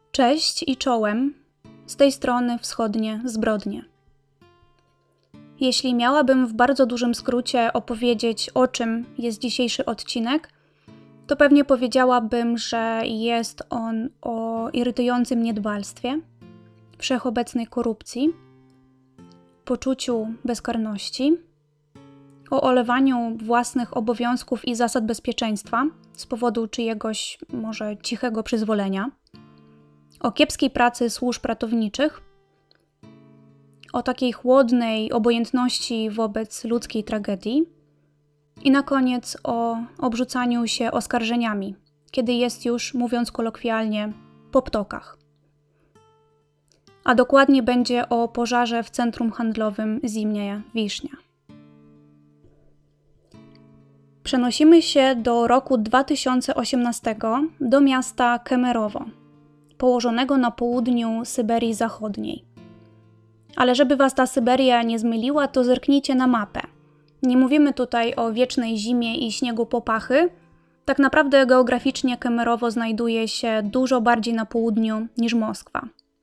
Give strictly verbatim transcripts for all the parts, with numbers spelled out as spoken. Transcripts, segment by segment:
Cześć i czołem, z tej strony wschodnie zbrodnie. Jeśli miałabym w bardzo dużym skrócie opowiedzieć, o czym jest dzisiejszy odcinek, to pewnie powiedziałabym, że jest on o irytującym niedbalstwie, wszechobecnej korupcji, poczuciu bezkarności, o olewaniu własnych obowiązków i zasad bezpieczeństwa z powodu czyjegoś może cichego przyzwolenia, o kiepskiej pracy służb ratowniczych, o takiej chłodnej obojętności wobec ludzkiej tragedii i na koniec o obrzucaniu się oskarżeniami, kiedy jest już, mówiąc kolokwialnie, po ptokach. A dokładnie będzie o pożarze w centrum handlowym Zimnieja Wiśnia. Przenosimy się do roku dwa tysiące osiemnastego do miasta Kemerowo, położonego na południu Syberii Zachodniej. Ale żeby was ta Syberia nie zmyliła, to zerknijcie na mapę. Nie mówimy tutaj o wiecznej zimie i śniegu popachy. Tak naprawdę geograficznie Kemerowo znajduje się dużo bardziej na południu niż Moskwa.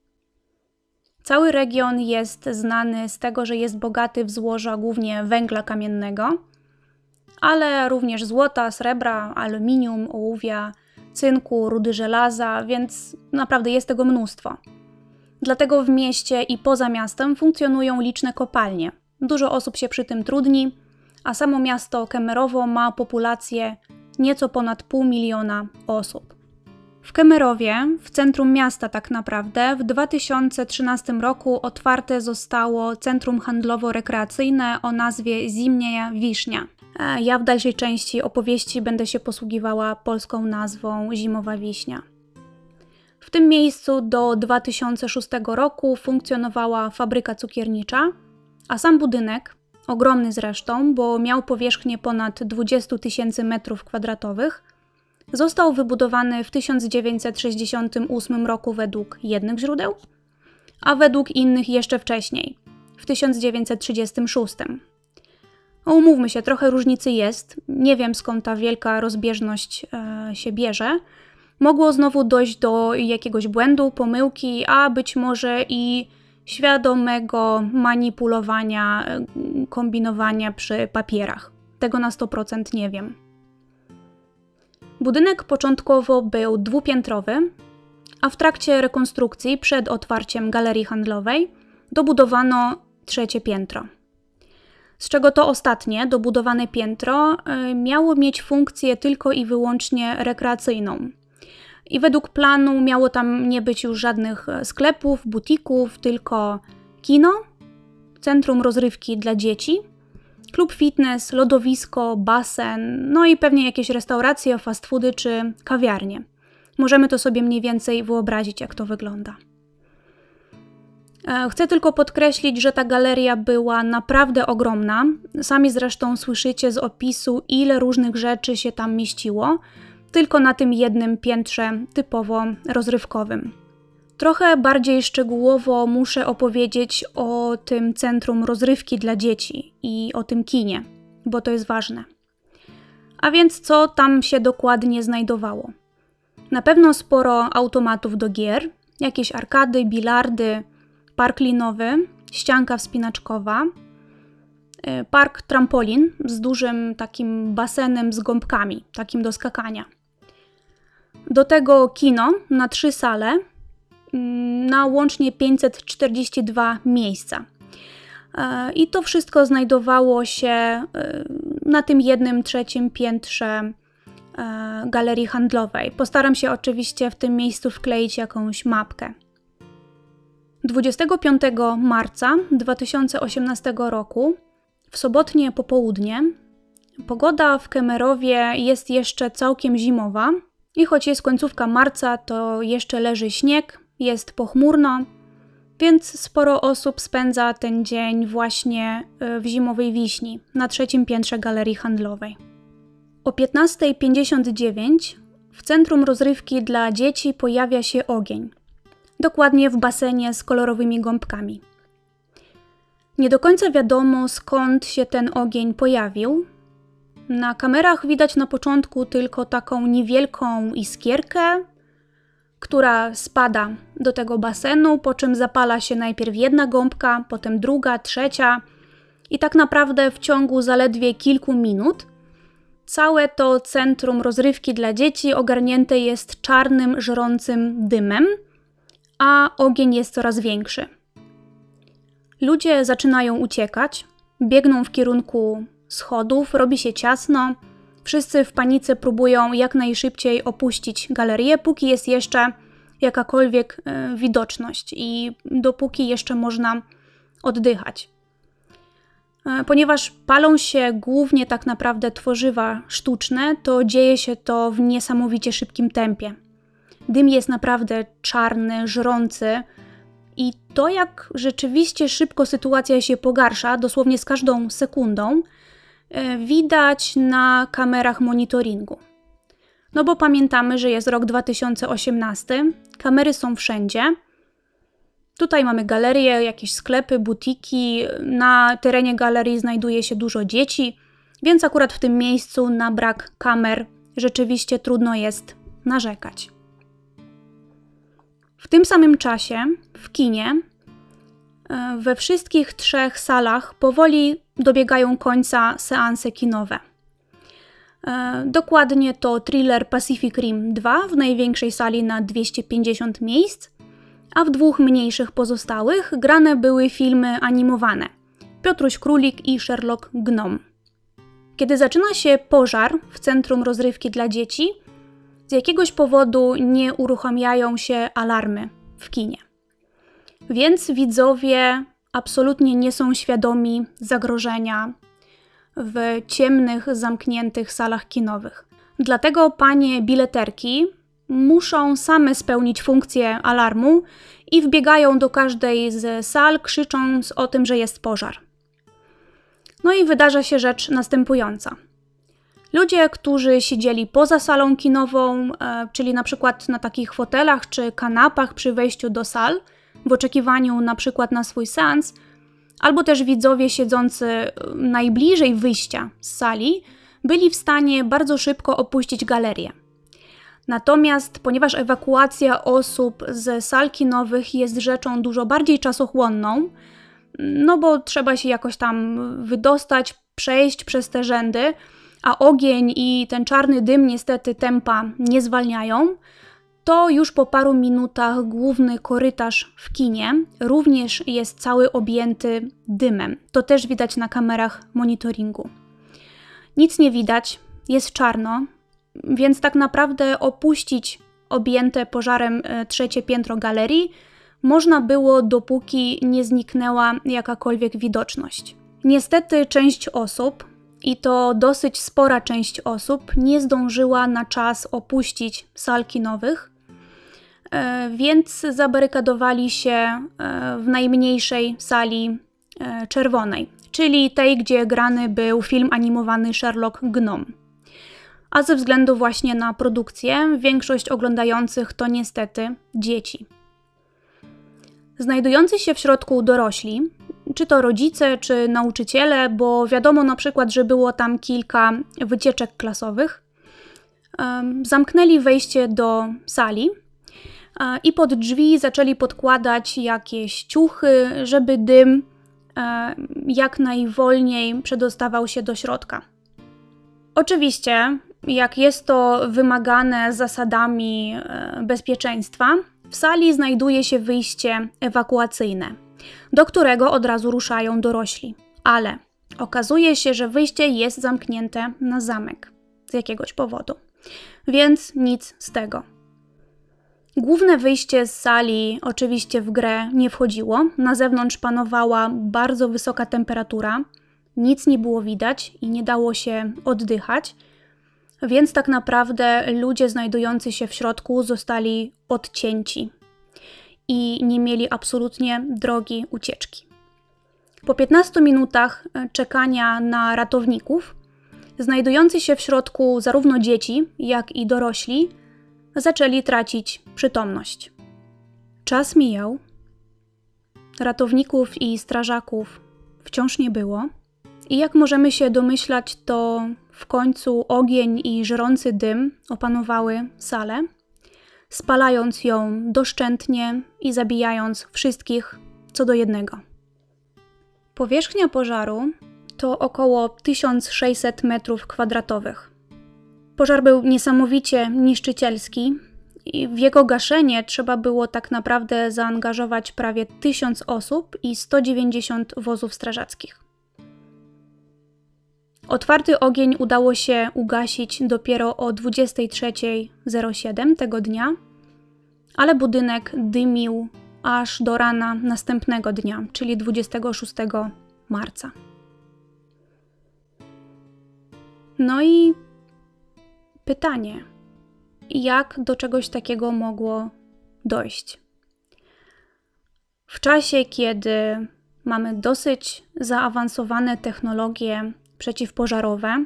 Cały region jest znany z tego, że jest bogaty w złoża głównie węgla kamiennego, ale również złota, srebra, aluminium, ołówia, cynku, rudy żelaza, więc naprawdę jest tego mnóstwo. Dlatego w mieście i poza miastem funkcjonują liczne kopalnie. Dużo osób się przy tym trudni, a samo miasto Kemerowo ma populację nieco ponad pół miliona osób. W Kemerowie, w centrum miasta tak naprawdę, w dwa tysiące trzynastym roku otwarte zostało centrum handlowo-rekreacyjne o nazwie Zimnieja Wiśnia. Ja w dalszej części opowieści będę się posługiwała polską nazwą Zimowa Wiśnia. W tym miejscu do dwa tysiące szóstego roku funkcjonowała fabryka cukiernicza, a sam budynek, ogromny zresztą, bo miał powierzchnię ponad dwadzieścia tysięcy metrów kwadratowych, został wybudowany w tysiąc dziewięćset sześćdziesiątym ósmym roku według jednych źródeł, a według innych jeszcze wcześniej, w tysiąc dziewięćset trzydziestym szóstym. No, umówmy się, trochę różnicy jest, nie wiem skąd ta wielka rozbieżność e, się bierze. Mogło znowu dojść do jakiegoś błędu, pomyłki, a być może i świadomego manipulowania, kombinowania przy papierach. Tego na sto procent nie wiem. Budynek początkowo był dwupiętrowy, a w trakcie rekonstrukcji przed otwarciem galerii handlowej dobudowano trzecie piętro. Z czego to ostatnie, dobudowane piętro, miało mieć funkcję tylko i wyłącznie rekreacyjną. I według planu miało tam nie być już żadnych sklepów, butików, tylko kino, centrum rozrywki dla dzieci, klub fitness, lodowisko, basen, no i pewnie jakieś restauracje, fast foody czy kawiarnie. Możemy to sobie mniej więcej wyobrazić, jak to wygląda. Chcę tylko podkreślić, że ta galeria była naprawdę ogromna. Sami zresztą słyszycie z opisu, ile różnych rzeczy się tam mieściło, tylko na tym jednym piętrze typowo rozrywkowym. Trochę bardziej szczegółowo muszę opowiedzieć o tym centrum rozrywki dla dzieci i o tym kinie, bo to jest ważne. A więc co tam się dokładnie znajdowało? Na pewno sporo automatów do gier, jakieś arkady, bilardy, park linowy, ścianka wspinaczkowa, park trampolin z dużym takim basenem z gąbkami, takim do skakania. Do tego kino na trzy sale, na łącznie pięćset czterdzieści dwa miejsca. I to wszystko znajdowało się na tym jednym trzecim piętrze galerii handlowej. Postaram się oczywiście w tym miejscu wkleić jakąś mapkę. dwudziestego piątego marca dwa tysiące osiemnastego roku, w sobotnie popołudnie, pogoda w Kemerowie jest jeszcze całkiem zimowa i choć jest końcówka marca, to jeszcze leży śnieg, jest pochmurno, więc sporo osób spędza ten dzień właśnie w Zimowej Wiśni, na trzecim piętrze galerii handlowej. O piętnasta pięćdziesiąt dziewięć w centrum rozrywki dla dzieci pojawia się ogień. Dokładnie w basenie z kolorowymi gąbkami. Nie do końca wiadomo, skąd się ten ogień pojawił. Na kamerach widać na początku tylko taką niewielką iskierkę, która spada do tego basenu, po czym zapala się najpierw jedna gąbka, potem druga, trzecia i tak naprawdę w ciągu zaledwie kilku minut całe to centrum rozrywki dla dzieci ogarnięte jest czarnym, żrącym dymem, a ogień jest coraz większy. Ludzie zaczynają uciekać, biegną w kierunku schodów, robi się ciasno, wszyscy w panice próbują jak najszybciej opuścić galerię, póki jest jeszcze jakakolwiek y, widoczność i dopóki jeszcze można oddychać. Y, ponieważ palą się głównie tak naprawdę tworzywa sztuczne, to dzieje się to w niesamowicie szybkim tempie. Dym jest naprawdę czarny, żrący i to, jak rzeczywiście szybko sytuacja się pogarsza, dosłownie z każdą sekundą, widać na kamerach monitoringu. No bo pamiętamy, że jest rok dwa tysiące osiemnasty, kamery są wszędzie. Tutaj mamy galerię, jakieś sklepy, butiki, na terenie galerii znajduje się dużo dzieci, więc akurat w tym miejscu na brak kamer rzeczywiście trudno jest narzekać. W tym samym czasie w kinie we wszystkich trzech salach powoli dobiegają końca seanse kinowe. Dokładnie to thriller Pacific Rim dwa w największej sali na dwieście pięćdziesiąt miejsc, a w dwóch mniejszych pozostałych grane były filmy animowane Piotruś Królik i Sherlock Gnom. Kiedy zaczyna się pożar w centrum rozrywki dla dzieci, z jakiegoś powodu nie uruchamiają się alarmy w kinie. Więc widzowie absolutnie nie są świadomi zagrożenia w ciemnych, zamkniętych salach kinowych. Dlatego panie bileterki muszą same spełnić funkcję alarmu i wbiegają do każdej z sal, krzycząc o tym, że jest pożar. No i wydarza się rzecz następująca. Ludzie, którzy siedzieli poza salą kinową, e, czyli na przykład na takich fotelach czy kanapach przy wejściu do sal, w oczekiwaniu na przykład na swój seans, albo też widzowie siedzący najbliżej wyjścia z sali, byli w stanie bardzo szybko opuścić galerię. Natomiast ponieważ ewakuacja osób z sal kinowych jest rzeczą dużo bardziej czasochłonną, no bo trzeba się jakoś tam wydostać, przejść przez te rzędy, a ogień i ten czarny dym niestety tempa nie zwalniają, to już po paru minutach główny korytarz w kinie również jest cały objęty dymem. To też widać na kamerach monitoringu. Nic nie widać, jest czarno, więc tak naprawdę opuścić objęte pożarem trzecie piętro galerii można było, dopóki nie zniknęła jakakolwiek widoczność. Niestety część osób, i to dosyć spora część osób, nie zdążyła na czas opuścić sal kinowych, więc zabarykadowali się w najmniejszej sali czerwonej, czyli tej, gdzie grany był film animowany Sherlock Gnom. A ze względu właśnie na produkcję, większość oglądających to niestety dzieci. Znajdujący się w środku dorośli, czy to rodzice, czy nauczyciele, bo wiadomo na przykład, że było tam kilka wycieczek klasowych, zamknęli wejście do sali i pod drzwi zaczęli podkładać jakieś ciuchy, żeby dym jak najwolniej przedostawał się do środka. Oczywiście, jak jest to wymagane zasadami bezpieczeństwa, w sali znajduje się wyjście ewakuacyjne, do którego od razu ruszają dorośli. Ale okazuje się, że wyjście jest zamknięte na zamek z jakiegoś powodu, więc nic z tego. Główne wyjście z sali oczywiście w grę nie wchodziło, na zewnątrz panowała bardzo wysoka temperatura, nic nie było widać i nie dało się oddychać, więc tak naprawdę ludzie znajdujący się w środku zostali odcięci i nie mieli absolutnie drogi ucieczki. Po piętnastu minutach czekania na ratowników, znajdujący się w środku zarówno dzieci, jak i dorośli zaczęli tracić przytomność. Czas mijał, ratowników i strażaków wciąż nie było i jak możemy się domyślać, to w końcu ogień i żrący dym opanowały salę. spalając ją doszczętnie i zabijając wszystkich co do jednego. Powierzchnia pożaru to około tysiąc sześćset metrów kwadratowych. Pożar był niesamowicie niszczycielski i w jego gaszenie trzeba było tak naprawdę zaangażować prawie tysiąc osób i sto dziewięćdziesiąt wozów strażackich. Otwarty ogień udało się ugasić dopiero o dwudziestej trzeciej zero siedem tego dnia, ale budynek dymił aż do rana następnego dnia, czyli dwudziestego szóstego marca. No i pytanie, jak do czegoś takiego mogło dojść? W czasie, kiedy mamy dosyć zaawansowane technologie przeciwpożarowe,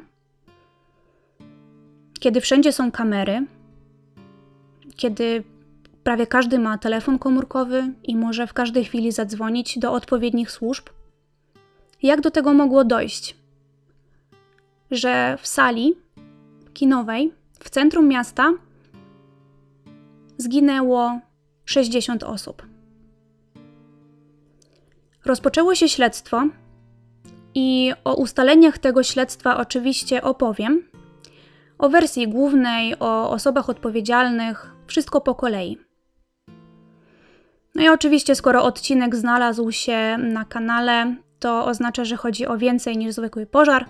kiedy wszędzie są kamery, kiedy prawie każdy ma telefon komórkowy i może w każdej chwili zadzwonić do odpowiednich służb, jak do tego mogło dojść? Że w sali kinowej w centrum miasta zginęło sześćdziesiąt osób. Rozpoczęło się śledztwo i o ustaleniach tego śledztwa oczywiście opowiem. O wersji głównej, o osobach odpowiedzialnych, wszystko po kolei. No i oczywiście, skoro odcinek znalazł się na kanale, to oznacza, że chodzi o więcej niż zwykły pożar.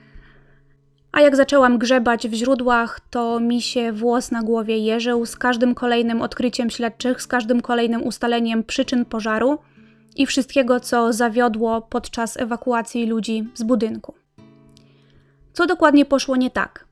A jak zaczęłam grzebać w źródłach, to mi się włos na głowie jeżył z każdym kolejnym odkryciem śledczych, z każdym kolejnym ustaleniem przyczyn pożaru i wszystkiego, co zawiodło podczas ewakuacji ludzi z budynku. Co dokładnie poszło nie tak?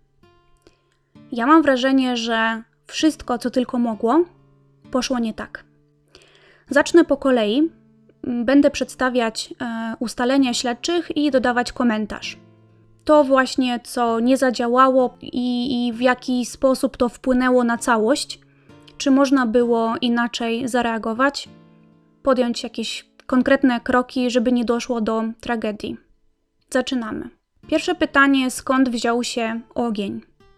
Ja mam wrażenie, że wszystko, co tylko mogło, poszło nie tak. Zacznę po kolei, będę przedstawiać e, ustalenia śledczych i dodawać komentarz. To właśnie, co nie zadziałało i, i w jaki sposób to wpłynęło na całość, czy można było inaczej zareagować, podjąć jakieś konkretne kroki, żeby nie doszło do tragedii. Zaczynamy. Pierwsze pytanie, skąd wziął się ogień?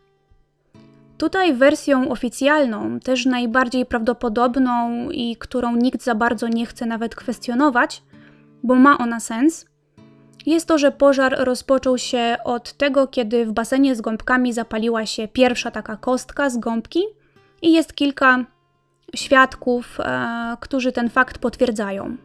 Tutaj wersją oficjalną, też najbardziej prawdopodobną i którą nikt za bardzo nie chce nawet kwestionować, bo ma ona sens, jest to, że pożar rozpoczął się od tego, kiedy w basenie z gąbkami zapaliła się pierwsza taka kostka z gąbki i jest kilka świadków, e, którzy ten fakt potwierdzają.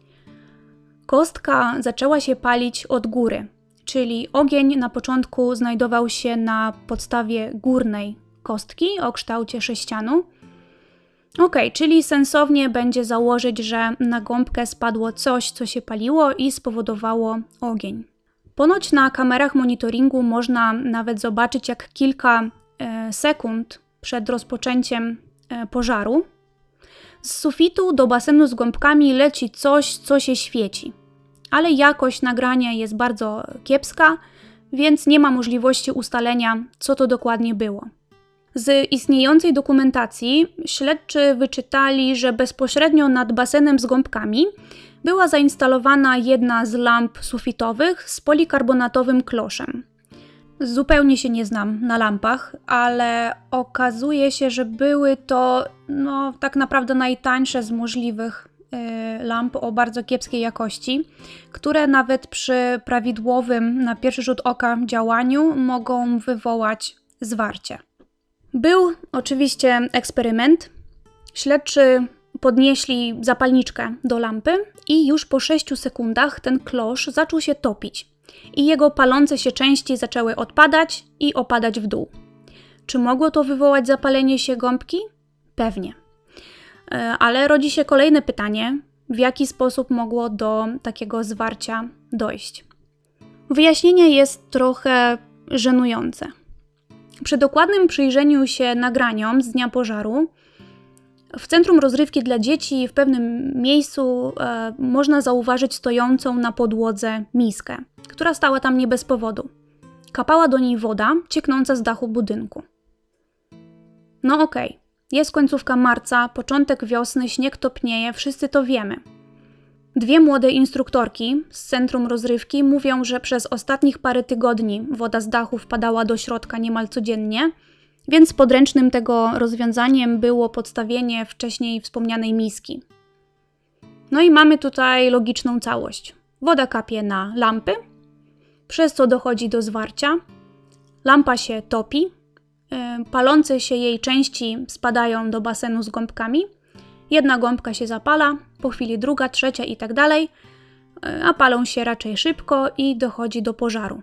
Kostka zaczęła się palić od góry, czyli ogień na początku znajdował się na podstawie górnej kostki o kształcie sześcianu. Ok, czyli sensownie będzie założyć, że na gąbkę spadło coś, co się paliło i spowodowało ogień. Ponoć na kamerach monitoringu można nawet zobaczyć, jak kilka e, sekund przed rozpoczęciem e, pożaru z sufitu do basenu z gąbkami leci coś, co się świeci. Ale jakość nagrania jest bardzo kiepska, więc nie ma możliwości ustalenia, co to dokładnie było. Z istniejącej dokumentacji śledczy wyczytali, że bezpośrednio nad basenem z gąbkami była zainstalowana jedna z lamp sufitowych z polikarbonatowym kloszem. Zupełnie się nie znam na lampach, ale okazuje się, że były to no, tak naprawdę najtańsze z możliwych yy, lamp o bardzo kiepskiej jakości, które nawet przy prawidłowym na pierwszy rzut oka działaniu mogą wywołać zwarcie. Był oczywiście eksperyment. Śledczy podnieśli zapalniczkę do lampy i już po sześciu sekundach ten klosz zaczął się topić i jego palące się części zaczęły odpadać i opadać w dół. Czy mogło to wywołać zapalenie się gąbki? Pewnie. Ale rodzi się kolejne pytanie, w jaki sposób mogło do takiego zwarcia dojść? Wyjaśnienie jest trochę żenujące. Przy dokładnym przyjrzeniu się nagraniom z dnia pożaru, w centrum rozrywki dla dzieci w pewnym miejscu e, można zauważyć stojącą na podłodze miskę, która stała tam nie bez powodu. Kapała do niej woda cieknąca z dachu budynku. No okej, okay. Jest końcówka marca, początek wiosny, śnieg topnieje, wszyscy to wiemy. Dwie młode instruktorki z centrum rozrywki mówią, że przez ostatnich parę tygodni woda z dachu wpadała do środka niemal codziennie więc podręcznym tego rozwiązaniem było podstawienie wcześniej wspomnianej miski. No i mamy tutaj logiczną całość. Woda kapie na lampy, przez co dochodzi do zwarcia. Lampa się topi, palące się jej części spadają do basenu z gąbkami. Jedna gąbka się zapala, po chwili druga, trzecia i tak dalej, a palą się raczej szybko i dochodzi do pożaru.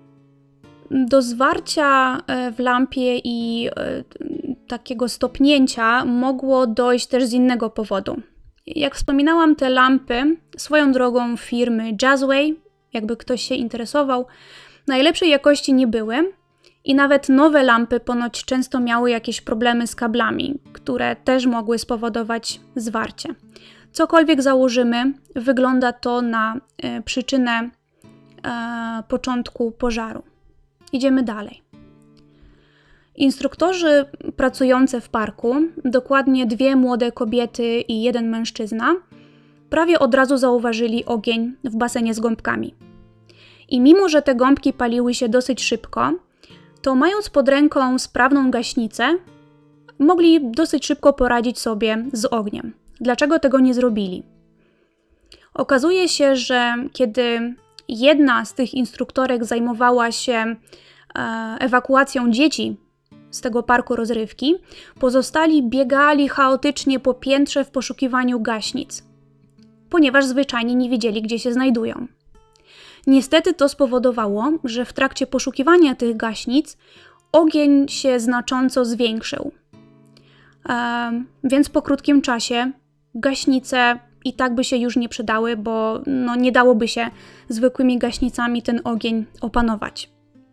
Do zwarcia w lampie i takiego stopnięcia mogło dojść też z innego powodu. Jak wspominałam, te lampy swoją drogą firmy Jazzway, jakby ktoś się interesował, najlepszej jakości nie były i nawet nowe lampy ponoć często miały jakieś problemy z kablami, które też mogły spowodować zwarcie. Cokolwiek założymy, wygląda to na y, przyczynę y, początku pożaru. Idziemy dalej. Instruktorzy pracujący w parku, dokładnie dwie młode kobiety i jeden mężczyzna, prawie od razu zauważyli ogień w basenie z gąbkami. I mimo, że te gąbki paliły się dosyć szybko, to mając pod ręką sprawną gaśnicę, mogli dosyć szybko poradzić sobie z ogniem. Dlaczego tego nie zrobili? Okazuje się, że kiedy jedna z tych instruktorek zajmowała się e, ewakuacją dzieci z tego parku rozrywki, pozostali biegali chaotycznie po piętrze w poszukiwaniu gaśnic, ponieważ zwyczajnie nie wiedzieli, gdzie się znajdują. Niestety to spowodowało, że w trakcie poszukiwania tych gaśnic ogień się znacząco zwiększył. E, więc po krótkim czasie gaśnice i tak by się już nie przydały, bo no, nie dałoby się zwykłymi gaśnicami ten ogień opanować.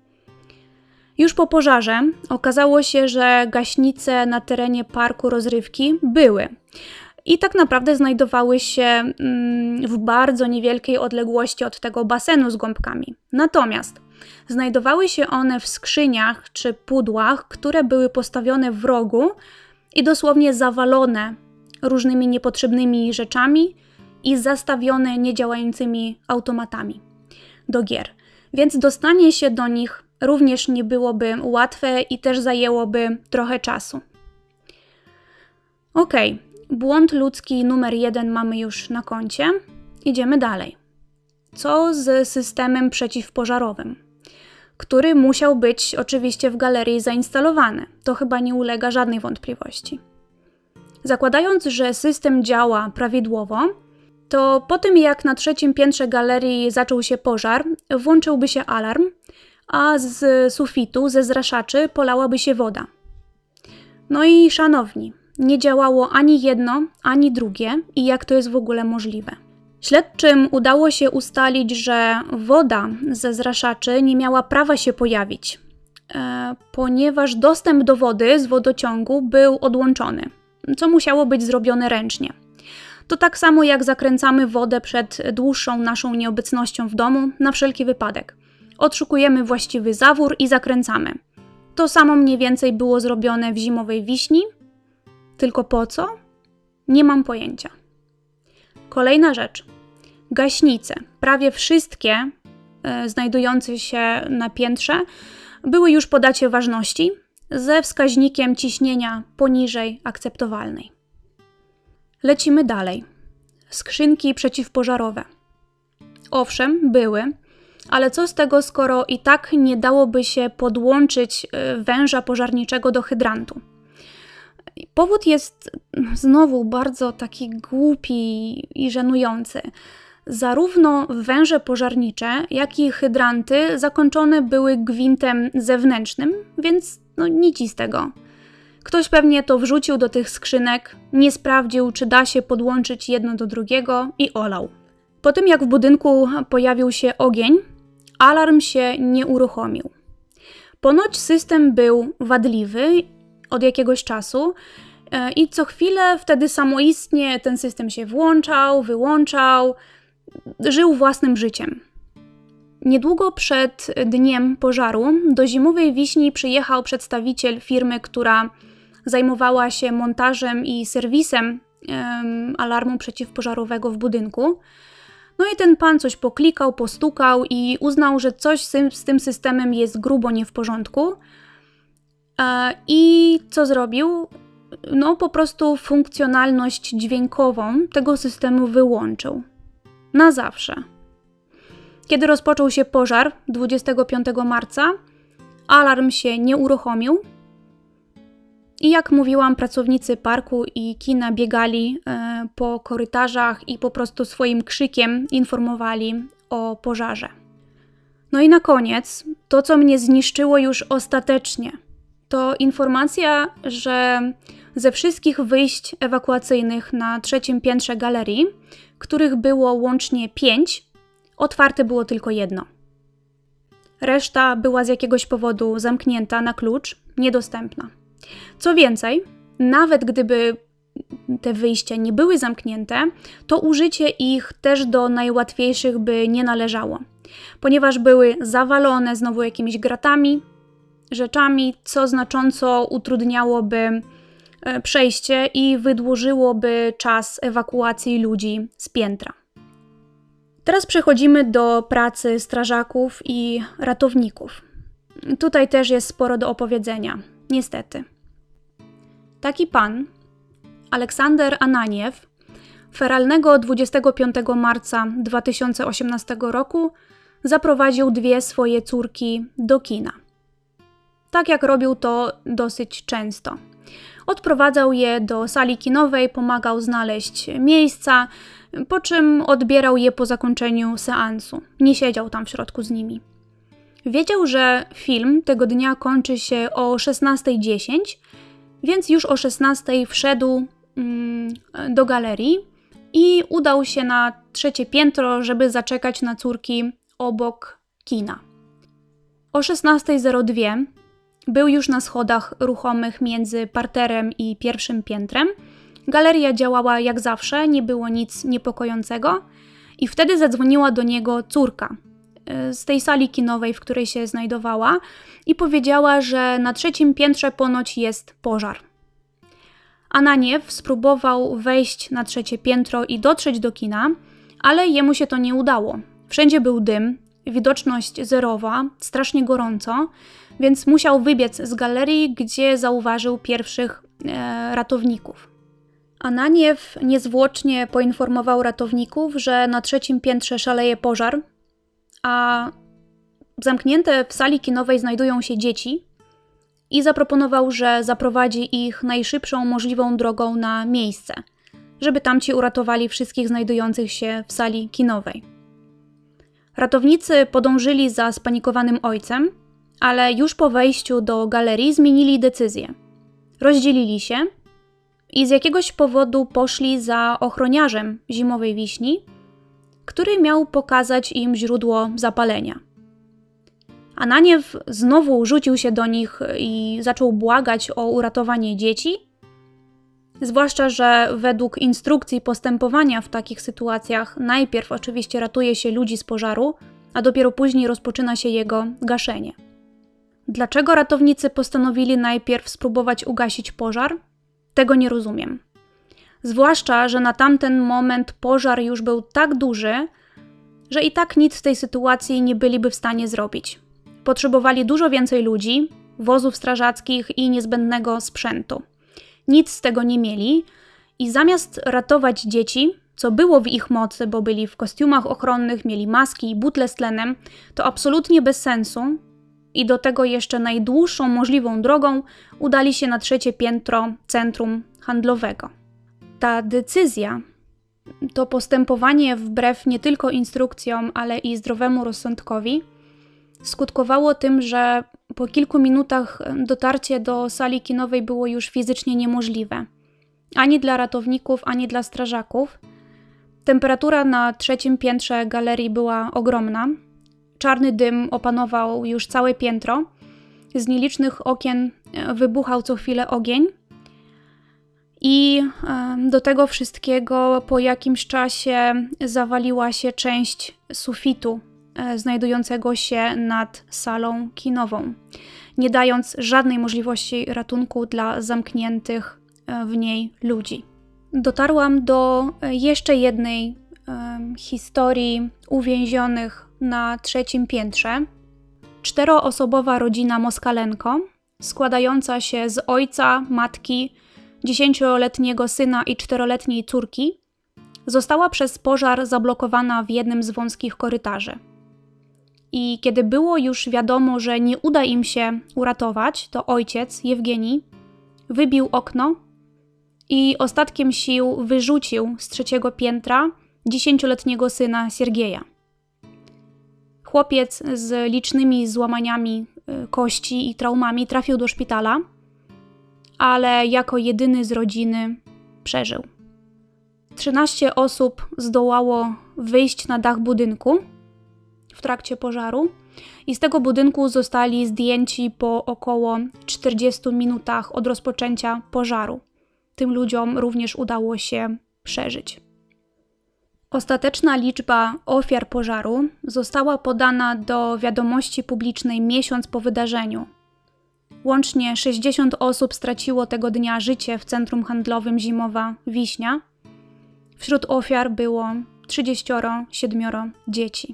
Już po pożarze okazało się, że gaśnice na terenie parku rozrywki były i tak naprawdę znajdowały się mm, w bardzo niewielkiej odległości od tego basenu z gąbkami. Natomiast znajdowały się one w skrzyniach czy pudłach, które były postawione w rogu i dosłownie zawalone różnymi niepotrzebnymi rzeczami i zastawione niedziałającymi automatami do gier. Więc dostanie się do nich również nie byłoby łatwe i też zajęłoby trochę czasu. Ok, błąd ludzki numer jeden mamy już na koncie. Idziemy dalej. Co z systemem przeciwpożarowym, który musiał być oczywiście w galerii zainstalowany? To chyba nie ulega żadnej wątpliwości. Zakładając, że system działa prawidłowo, to po tym jak na trzecim piętrze galerii zaczął się pożar, włączyłby się alarm, a z sufitu, ze zraszaczy polałaby się woda. No i szanowni, nie działało ani jedno, ani drugie i jak to jest w ogóle możliwe? Śledczym udało się ustalić, że woda ze zraszaczy nie miała prawa się pojawić, e, ponieważ dostęp do wody z wodociągu był odłączony, co musiało być zrobione ręcznie. To tak samo jak zakręcamy wodę przed dłuższą naszą nieobecnością w domu na wszelki wypadek. Odszukujemy właściwy zawór i zakręcamy. To samo mniej więcej było zrobione w Zimowej Wiśni, tylko po co? Nie mam pojęcia. Kolejna rzecz. Gaśnice, prawie wszystkie e, znajdujące się na piętrze, były już po dacie ważności ze wskaźnikiem ciśnienia poniżej akceptowalnej. Lecimy dalej. Skrzynki przeciwpożarowe. Owszem, były, ale co z tego, skoro i tak nie dałoby się podłączyć węża pożarniczego do hydrantu? Powód jest znowu bardzo taki głupi i żenujący. Zarówno węże pożarnicze, jak i hydranty zakończone były gwintem zewnętrznym, więc no nic z tego. Ktoś pewnie to wrzucił do tych skrzynek, nie sprawdził, czy da się podłączyć jedno do drugiego i olał. Po tym jak w budynku pojawił się ogień, alarm się nie uruchomił. Ponoć system był wadliwy od jakiegoś czasu i co chwilę wtedy samoistnie ten system się włączał, wyłączał, żył własnym życiem. Niedługo przed dniem pożaru do Zimowej Wiśni przyjechał przedstawiciel firmy, która zajmowała się montażem i serwisem um, alarmu przeciwpożarowego w budynku. No i ten pan coś poklikał, postukał i uznał, że coś z tym, z tym systemem jest grubo nie w porządku. I co zrobił? No po prostu funkcjonalność dźwiękową tego systemu wyłączył. Na zawsze. Kiedy rozpoczął się pożar dwudziestego piątego marca, alarm się nie uruchomił i jak mówiłam, pracownicy parku i kina biegali e, po korytarzach i po prostu swoim krzykiem informowali o pożarze. No i na koniec, to co mnie zniszczyło już ostatecznie, to informacja, że ze wszystkich wyjść ewakuacyjnych na trzecim piętrze galerii, których było łącznie pięć, otwarte było tylko jedno. Reszta była z jakiegoś powodu zamknięta na klucz, niedostępna. Co więcej, nawet gdyby te wyjścia nie były zamknięte, to użycie ich też do najłatwiejszych by nie należało, ponieważ były zawalone znowu jakimiś gratami, rzeczami, co znacząco utrudniałoby przejście i wydłużyłoby czas ewakuacji ludzi z piętra. Teraz przechodzimy do pracy strażaków i ratowników. Tutaj też jest sporo do opowiedzenia, niestety. Taki pan, Aleksander Ananiew, feralnego dwudziestego piątego marca dwa tysiące osiemnastego roku zaprowadził dwie swoje córki do kina. Tak jak robił to dosyć często. Odprowadzał je do sali kinowej, pomagał znaleźć miejsca, po czym odbierał je po zakończeniu seansu. Nie siedział tam w środku z nimi. Wiedział, że film tego dnia kończy się o szesnasta dziesięć, więc już o szesnastej wszedł mm, do galerii i udał się na trzecie piętro, żeby zaczekać na córki obok kina. O szesnasta zero dwa był już na schodach ruchomych między parterem i pierwszym piętrem. Galeria działała jak zawsze, nie było nic niepokojącego i wtedy zadzwoniła do niego córka z tej sali kinowej, w której się znajdowała i powiedziała, że na trzecim piętrze ponoć jest pożar. Ananiew spróbował wejść na trzecie piętro i dotrzeć do kina, ale jemu się to nie udało. Wszędzie był dym, widoczność zerowa, strasznie gorąco, więc musiał wybiec z galerii, gdzie zauważył pierwszych e, ratowników. Ananiew niezwłocznie poinformował ratowników, że na trzecim piętrze szaleje pożar, a zamknięte w sali kinowej znajdują się dzieci i zaproponował, że zaprowadzi ich najszybszą możliwą drogą na miejsce, żeby tamci uratowali wszystkich znajdujących się w sali kinowej. Ratownicy podążyli za spanikowanym ojcem, ale już po wejściu do galerii zmienili decyzję. Rozdzielili się i z jakiegoś powodu poszli za ochroniarzem Zimowej Wiśni, który miał pokazać im źródło zapalenia. Ananiew znowu rzucił się do nich i zaczął błagać o uratowanie dzieci, zwłaszcza że według instrukcji postępowania w takich sytuacjach najpierw oczywiście ratuje się ludzi z pożaru, a dopiero później rozpoczyna się jego gaszenie. Dlaczego ratownicy postanowili najpierw spróbować ugasić pożar? Tego nie rozumiem. Zwłaszcza, że na tamten moment pożar już był tak duży, że i tak nic w tej sytuacji nie byliby w stanie zrobić. Potrzebowali dużo więcej ludzi, wozów strażackich i niezbędnego sprzętu. Nic z tego nie mieli i zamiast ratować dzieci, co było w ich mocy, bo byli w kostiumach ochronnych, mieli maski i butle z tlenem, to absolutnie bez sensu i do tego jeszcze najdłuższą możliwą drogą udali się na trzecie piętro centrum handlowego. Ta decyzja, to postępowanie wbrew nie tylko instrukcjom, ale i zdrowemu rozsądkowi, skutkowało tym, że po kilku minutach dotarcie do sali kinowej było już fizycznie niemożliwe. Ani dla ratowników, ani dla strażaków. Temperatura na trzecim piętrze galerii była ogromna. Czarny dym opanował już całe piętro. Z nielicznych okien wybuchał co chwilę ogień. I do tego wszystkiego po jakimś czasie zawaliła się część sufitu znajdującego się nad salą kinową, nie dając żadnej możliwości ratunku dla zamkniętych w niej ludzi. Dotarłam do jeszcze jednej um, historii uwięzionych na trzecim piętrze. Czteroosobowa rodzina Moskalenko składająca się z ojca, matki, dziesięcioletniego syna i czteroletniej córki, została przez pożar zablokowana w jednym z wąskich korytarzy. I kiedy było już wiadomo, że nie uda im się uratować, to ojciec, Jewgenij, wybił okno i ostatkiem sił wyrzucił z trzeciego piętra dziesięcioletniego syna Siergieja. Chłopiec z licznymi złamaniami kości i traumami trafił do szpitala, ale jako jedyny z rodziny przeżył. trzynaście osób zdołało wyjść na dach budynku w trakcie pożaru i z tego budynku zostali zdjęci po około czterdziestu minutach od rozpoczęcia pożaru. Tym ludziom również udało się przeżyć. Ostateczna liczba ofiar pożaru została podana do wiadomości publicznej miesiąc po wydarzeniu. Łącznie sześćdziesiąt osób straciło tego dnia życie w centrum handlowym Zimowa Wiśnia. Wśród ofiar było trzydzieści siedem dzieci.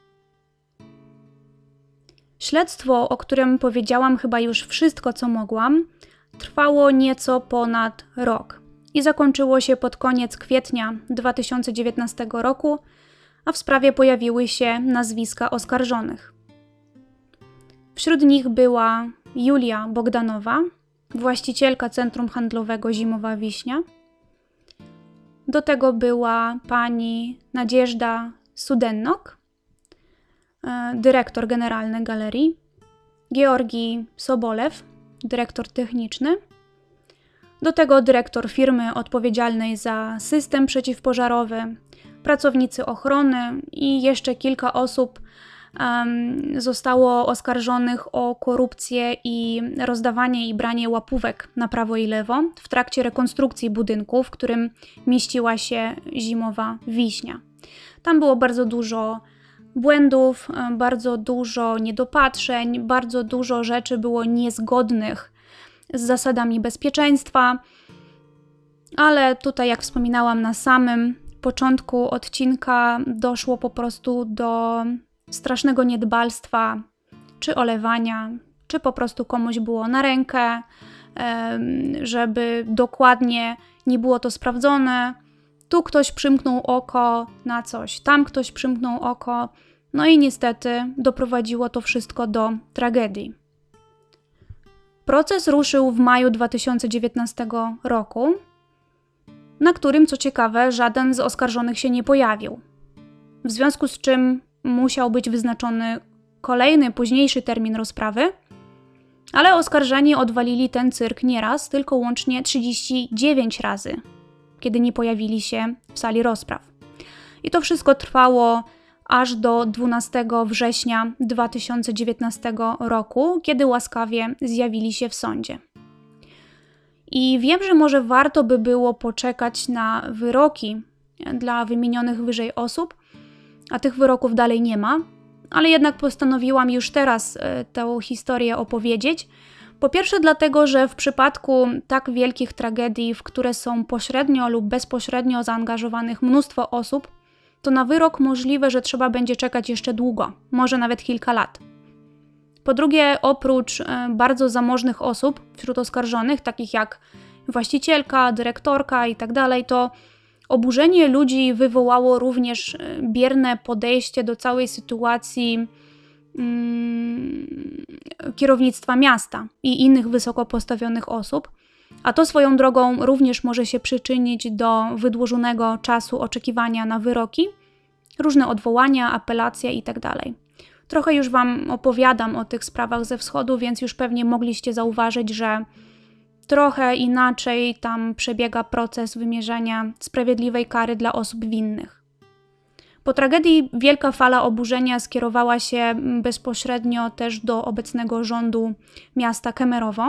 Śledztwo, o którym powiedziałam chyba już wszystko, co mogłam, trwało nieco ponad rok i zakończyło się pod koniec kwietnia dwa tysiące dziewiętnastego roku, a w sprawie pojawiły się nazwiska oskarżonych. Wśród nich była Julia Bogdanowa, właścicielka centrum handlowego Zimowa Wiśnia. Do tego była pani Nadzieżda Sudennok, dyrektor generalny galerii, Georgi Sobolew, dyrektor techniczny, do tego dyrektor firmy odpowiedzialnej za system przeciwpożarowy, pracownicy ochrony i jeszcze kilka osób um, zostało oskarżonych o korupcję i rozdawanie i branie łapówek na prawo i lewo w trakcie rekonstrukcji budynku, w którym mieściła się Zimowa Wiśnia. Tam było bardzo dużo błędów, bardzo dużo niedopatrzeń, bardzo dużo rzeczy było niezgodnych z zasadami bezpieczeństwa, ale tutaj, jak wspominałam na samym początku odcinka, doszło po prostu do strasznego niedbalstwa, czy olewania, czy po prostu komuś było na rękę, żeby dokładnie nie było to sprawdzone. Tu ktoś przymknął oko na coś, tam ktoś przymknął oko, no i niestety doprowadziło to wszystko do tragedii. Proces ruszył w maju dwa tysiące dziewiętnastego roku, na którym, co ciekawe, żaden z oskarżonych się nie pojawił. W związku z czym musiał być wyznaczony kolejny, późniejszy termin rozprawy, ale oskarżeni odwalili ten cyrk nie raz, tylko łącznie trzydzieści dziewięć razy, kiedy nie pojawili się w sali rozpraw. I to wszystko trwało aż do dwunastego września dwa tysiące dziewiętnastego roku, kiedy łaskawie zjawili się w sądzie. I wiem, że może warto by było poczekać na wyroki dla wymienionych wyżej osób, a tych wyroków dalej nie ma, ale jednak postanowiłam już teraz tę historię opowiedzieć. Po pierwsze dlatego, że w przypadku tak wielkich tragedii, w które są pośrednio lub bezpośrednio zaangażowanych mnóstwo osób, to na wyrok możliwe, że trzeba będzie czekać jeszcze długo, może nawet kilka lat. Po drugie, oprócz bardzo zamożnych osób wśród oskarżonych, takich jak właścicielka, dyrektorka itd., to oburzenie ludzi wywołało również bierne podejście do całej sytuacji mm, kierownictwa miasta i innych wysoko postawionych osób, a to swoją drogą również może się przyczynić do wydłużonego czasu oczekiwania na wyroki, różne odwołania, apelacje itd. Trochę już Wam opowiadam o tych sprawach ze wschodu, więc już pewnie mogliście zauważyć, że trochę inaczej tam przebiega proces wymierzania sprawiedliwej kary dla osób winnych. Po tragedii wielka fala oburzenia skierowała się bezpośrednio też do obecnego rządu miasta Kemerowo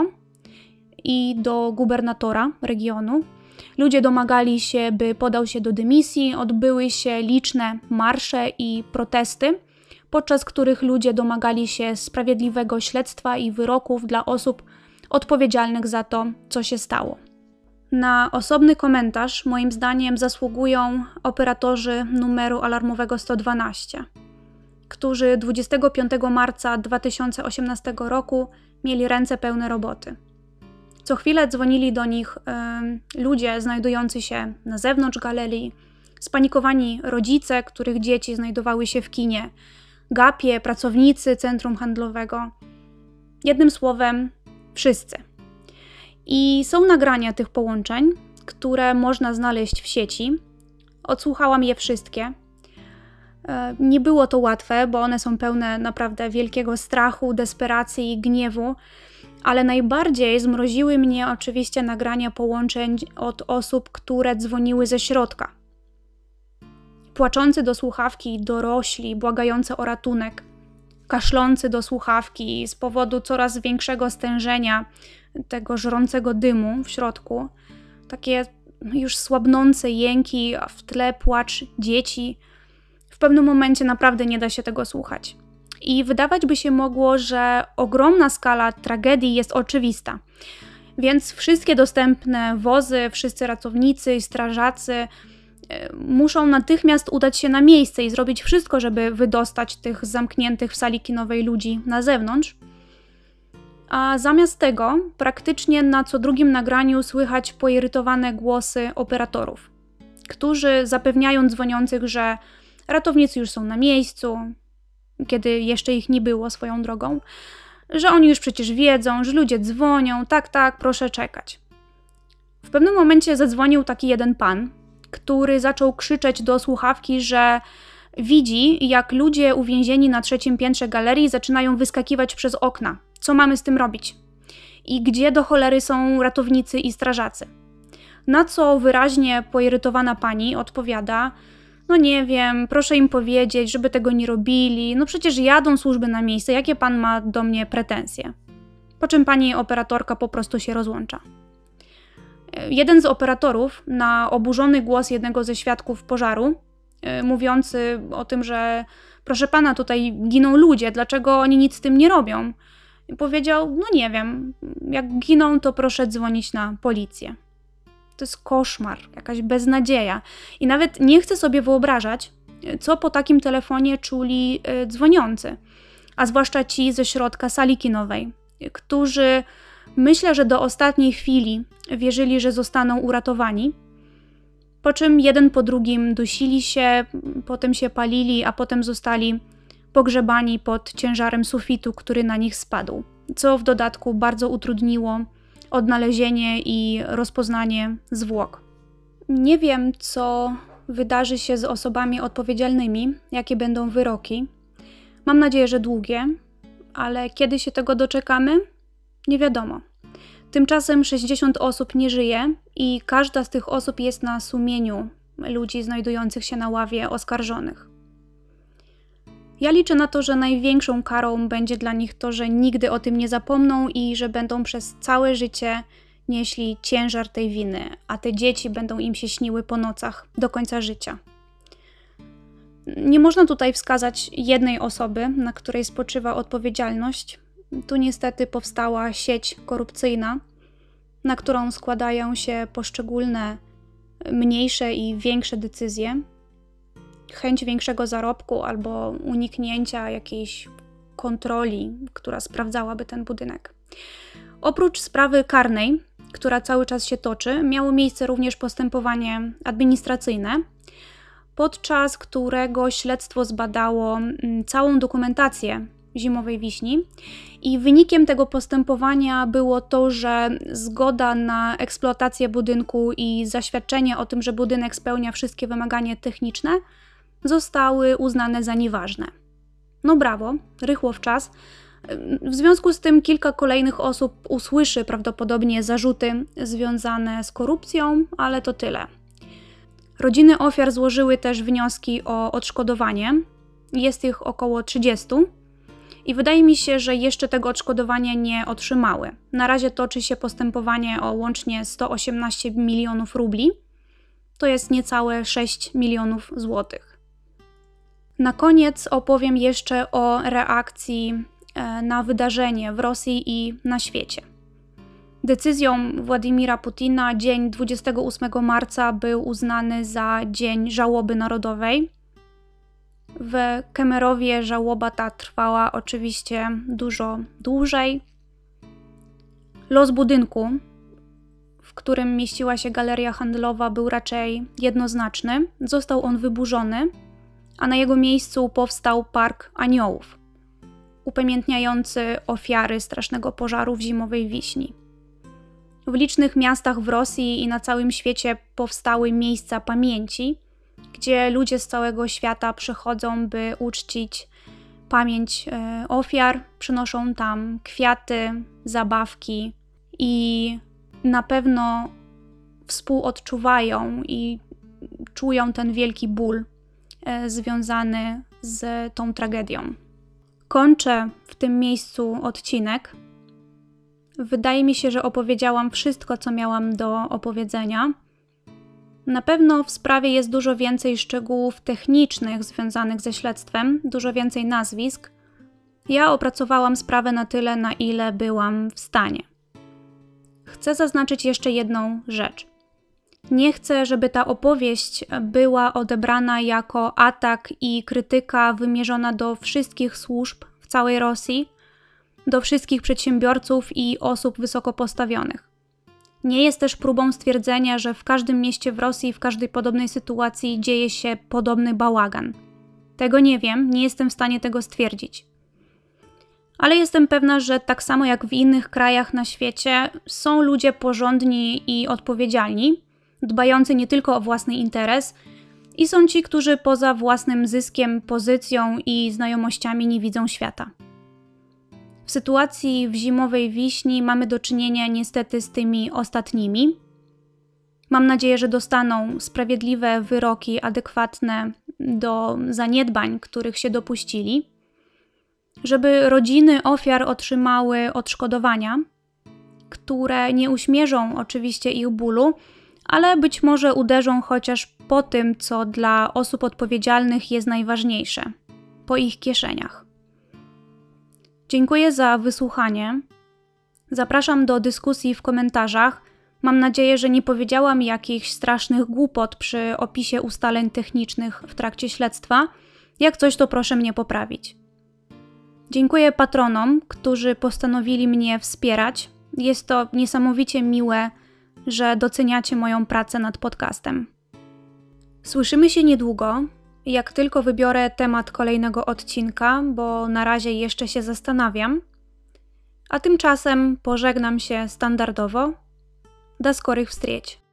i do gubernatora regionu. Ludzie domagali się, by podał się do dymisji, odbyły się liczne marsze i protesty, podczas których ludzie domagali się sprawiedliwego śledztwa i wyroków dla osób odpowiedzialnych za to, co się stało. Na osobny komentarz, moim zdaniem, zasługują operatorzy numeru alarmowego sto dwanaście, którzy dwudziestego piątego marca dwa tysiące osiemnastego roku mieli ręce pełne roboty. Co chwilę dzwonili do nich y, ludzie znajdujący się na zewnątrz galerii, spanikowani rodzice, których dzieci znajdowały się w kinie, gapie, pracownicy centrum handlowego. Jednym słowem, wszyscy. I są nagrania tych połączeń, które można znaleźć w sieci. Odsłuchałam je wszystkie. Nie było to łatwe, bo one są pełne naprawdę wielkiego strachu, desperacji i gniewu, ale najbardziej zmroziły mnie oczywiście nagrania połączeń od osób, które dzwoniły ze środka. Płaczący do słuchawki dorośli, błagający o ratunek, kaszlący do słuchawki z powodu coraz większego stężenia tego żrącego dymu w środku, takie już słabnące jęki, a w tle płacz dzieci. W pewnym momencie naprawdę nie da się tego słuchać. I wydawać by się mogło, że ogromna skala tragedii jest oczywista. Więc wszystkie dostępne wozy, wszyscy ratownicy i strażacy muszą natychmiast udać się na miejsce i zrobić wszystko, żeby wydostać tych zamkniętych w sali kinowej ludzi na zewnątrz. A zamiast tego praktycznie na co drugim nagraniu słychać poirytowane głosy operatorów, którzy zapewniają dzwoniących, że ratownicy już są na miejscu, kiedy jeszcze ich nie było swoją drogą, że oni już przecież wiedzą, że ludzie dzwonią, tak, tak, proszę czekać. W pewnym momencie zadzwonił taki jeden pan, który zaczął krzyczeć do słuchawki, że widzi, jak ludzie uwięzieni na trzecim piętrze galerii zaczynają wyskakiwać przez okna. Co mamy z tym robić? I gdzie do cholery są ratownicy i strażacy? Na co wyraźnie poirytowana pani odpowiada: no nie wiem, proszę im powiedzieć, żeby tego nie robili, no przecież jadą służby na miejsce, jakie pan ma do mnie pretensje? Po czym pani operatorka po prostu się rozłącza. Jeden z operatorów na oburzony głos jednego ze świadków pożaru, yy, mówiący o tym, że proszę pana, tutaj giną ludzie, dlaczego oni nic z tym nie robią? I powiedział: no nie wiem, jak giną, to proszę dzwonić na policję. To jest koszmar, jakaś beznadzieja. I nawet nie chcę sobie wyobrażać, co po takim telefonie czuli yy, dzwoniący, a zwłaszcza ci ze środka sali kinowej, którzy myślę, że do ostatniej chwili wierzyli, że zostaną uratowani, po czym jeden po drugim dusili się, potem się palili, a potem zostali pogrzebani pod ciężarem sufitu, który na nich spadł, co w dodatku bardzo utrudniło odnalezienie i rozpoznanie zwłok. Nie wiem, co wydarzy się z osobami odpowiedzialnymi, jakie będą wyroki. Mam nadzieję, że długie, ale kiedy się tego doczekamy? Nie wiadomo. Tymczasem sześćdziesiąt osób nie żyje i każda z tych osób jest na sumieniu ludzi znajdujących się na ławie oskarżonych. Ja liczę na to, że największą karą będzie dla nich to, że nigdy o tym nie zapomną i że będą przez całe życie nieśli ciężar tej winy, a te dzieci będą im się śniły po nocach do końca życia. Nie można tutaj wskazać jednej osoby, na której spoczywa odpowiedzialność. Tu niestety powstała sieć korupcyjna, na którą składają się poszczególne mniejsze i większe decyzje, chęć większego zarobku albo uniknięcia jakiejś kontroli, która sprawdzałaby ten budynek. Oprócz sprawy karnej, która cały czas się toczy, miało miejsce również postępowanie administracyjne, podczas którego śledztwo zbadało całą dokumentację Zimowej Wiśni i wynikiem tego postępowania było to, że zgoda na eksploatację budynku i zaświadczenie o tym, że budynek spełnia wszystkie wymagania techniczne, zostały uznane za nieważne. No brawo, rychło w czas. W związku z tym kilka kolejnych osób usłyszy prawdopodobnie zarzuty związane z korupcją, ale to tyle. Rodziny ofiar złożyły też wnioski o odszkodowanie. Jest ich około trzydzieści. I wydaje mi się, że jeszcze tego odszkodowania nie otrzymały. Na razie toczy się postępowanie o łącznie sto osiemnaście milionów rubli. To jest niecałe sześć milionów złotych. Na koniec opowiem jeszcze o reakcji na wydarzenie w Rosji i na świecie. Decyzją Władimira Putina dzień dwudziestego ósmego marca był uznany za Dzień Żałoby Narodowej. W Kemerowie żałoba ta trwała oczywiście dużo dłużej. Los budynku, w którym mieściła się galeria handlowa, był raczej jednoznaczny. Został on wyburzony, a na jego miejscu powstał Park Aniołów, upamiętniający ofiary strasznego pożaru w Zimowej Wiśni. W licznych miastach w Rosji i na całym świecie powstały miejsca pamięci, gdzie ludzie z całego świata przychodzą, by uczcić pamięć ofiar, przynoszą tam kwiaty, zabawki i na pewno współodczuwają i czują ten wielki ból związany z tą tragedią. Kończę w tym miejscu odcinek. Wydaje mi się, że opowiedziałam wszystko, co miałam do opowiedzenia. Na pewno w sprawie jest dużo więcej szczegółów technicznych związanych ze śledztwem, dużo więcej nazwisk. Ja opracowałam sprawę na tyle, na ile byłam w stanie. Chcę zaznaczyć jeszcze jedną rzecz. Nie chcę, żeby ta opowieść była odebrana jako atak i krytyka wymierzona do wszystkich służb w całej Rosji, do wszystkich przedsiębiorców i osób wysoko postawionych. Nie jest też próbą stwierdzenia, że w każdym mieście w Rosji, w każdej podobnej sytuacji dzieje się podobny bałagan. Tego nie wiem, nie jestem w stanie tego stwierdzić. Ale jestem pewna, że tak samo jak w innych krajach na świecie są ludzie porządni i odpowiedzialni, dbający nie tylko o własny interes, i są ci, którzy poza własnym zyskiem, pozycją i znajomościami nie widzą świata. W sytuacji w Zimowej Wiśni mamy do czynienia niestety z tymi ostatnimi. Mam nadzieję, że dostaną sprawiedliwe wyroki adekwatne do zaniedbań, których się dopuścili, żeby rodziny ofiar otrzymały odszkodowania, które nie uśmierzą oczywiście ich bólu, ale być może uderzą chociaż po tym, co dla osób odpowiedzialnych jest najważniejsze, po ich kieszeniach. Dziękuję za wysłuchanie. Zapraszam do dyskusji w komentarzach. Mam nadzieję, że nie powiedziałam jakichś strasznych głupot przy opisie ustaleń technicznych w trakcie śledztwa. Jak coś, to proszę mnie poprawić. Dziękuję patronom, którzy postanowili mnie wspierać. Jest to niesamowicie miłe, że doceniacie moją pracę nad podcastem. Słyszymy się niedługo, jak tylko wybiorę temat kolejnego odcinka, bo na razie jeszcze się zastanawiam. A tymczasem pożegnam się standardowo. Do skorych wstrzeć.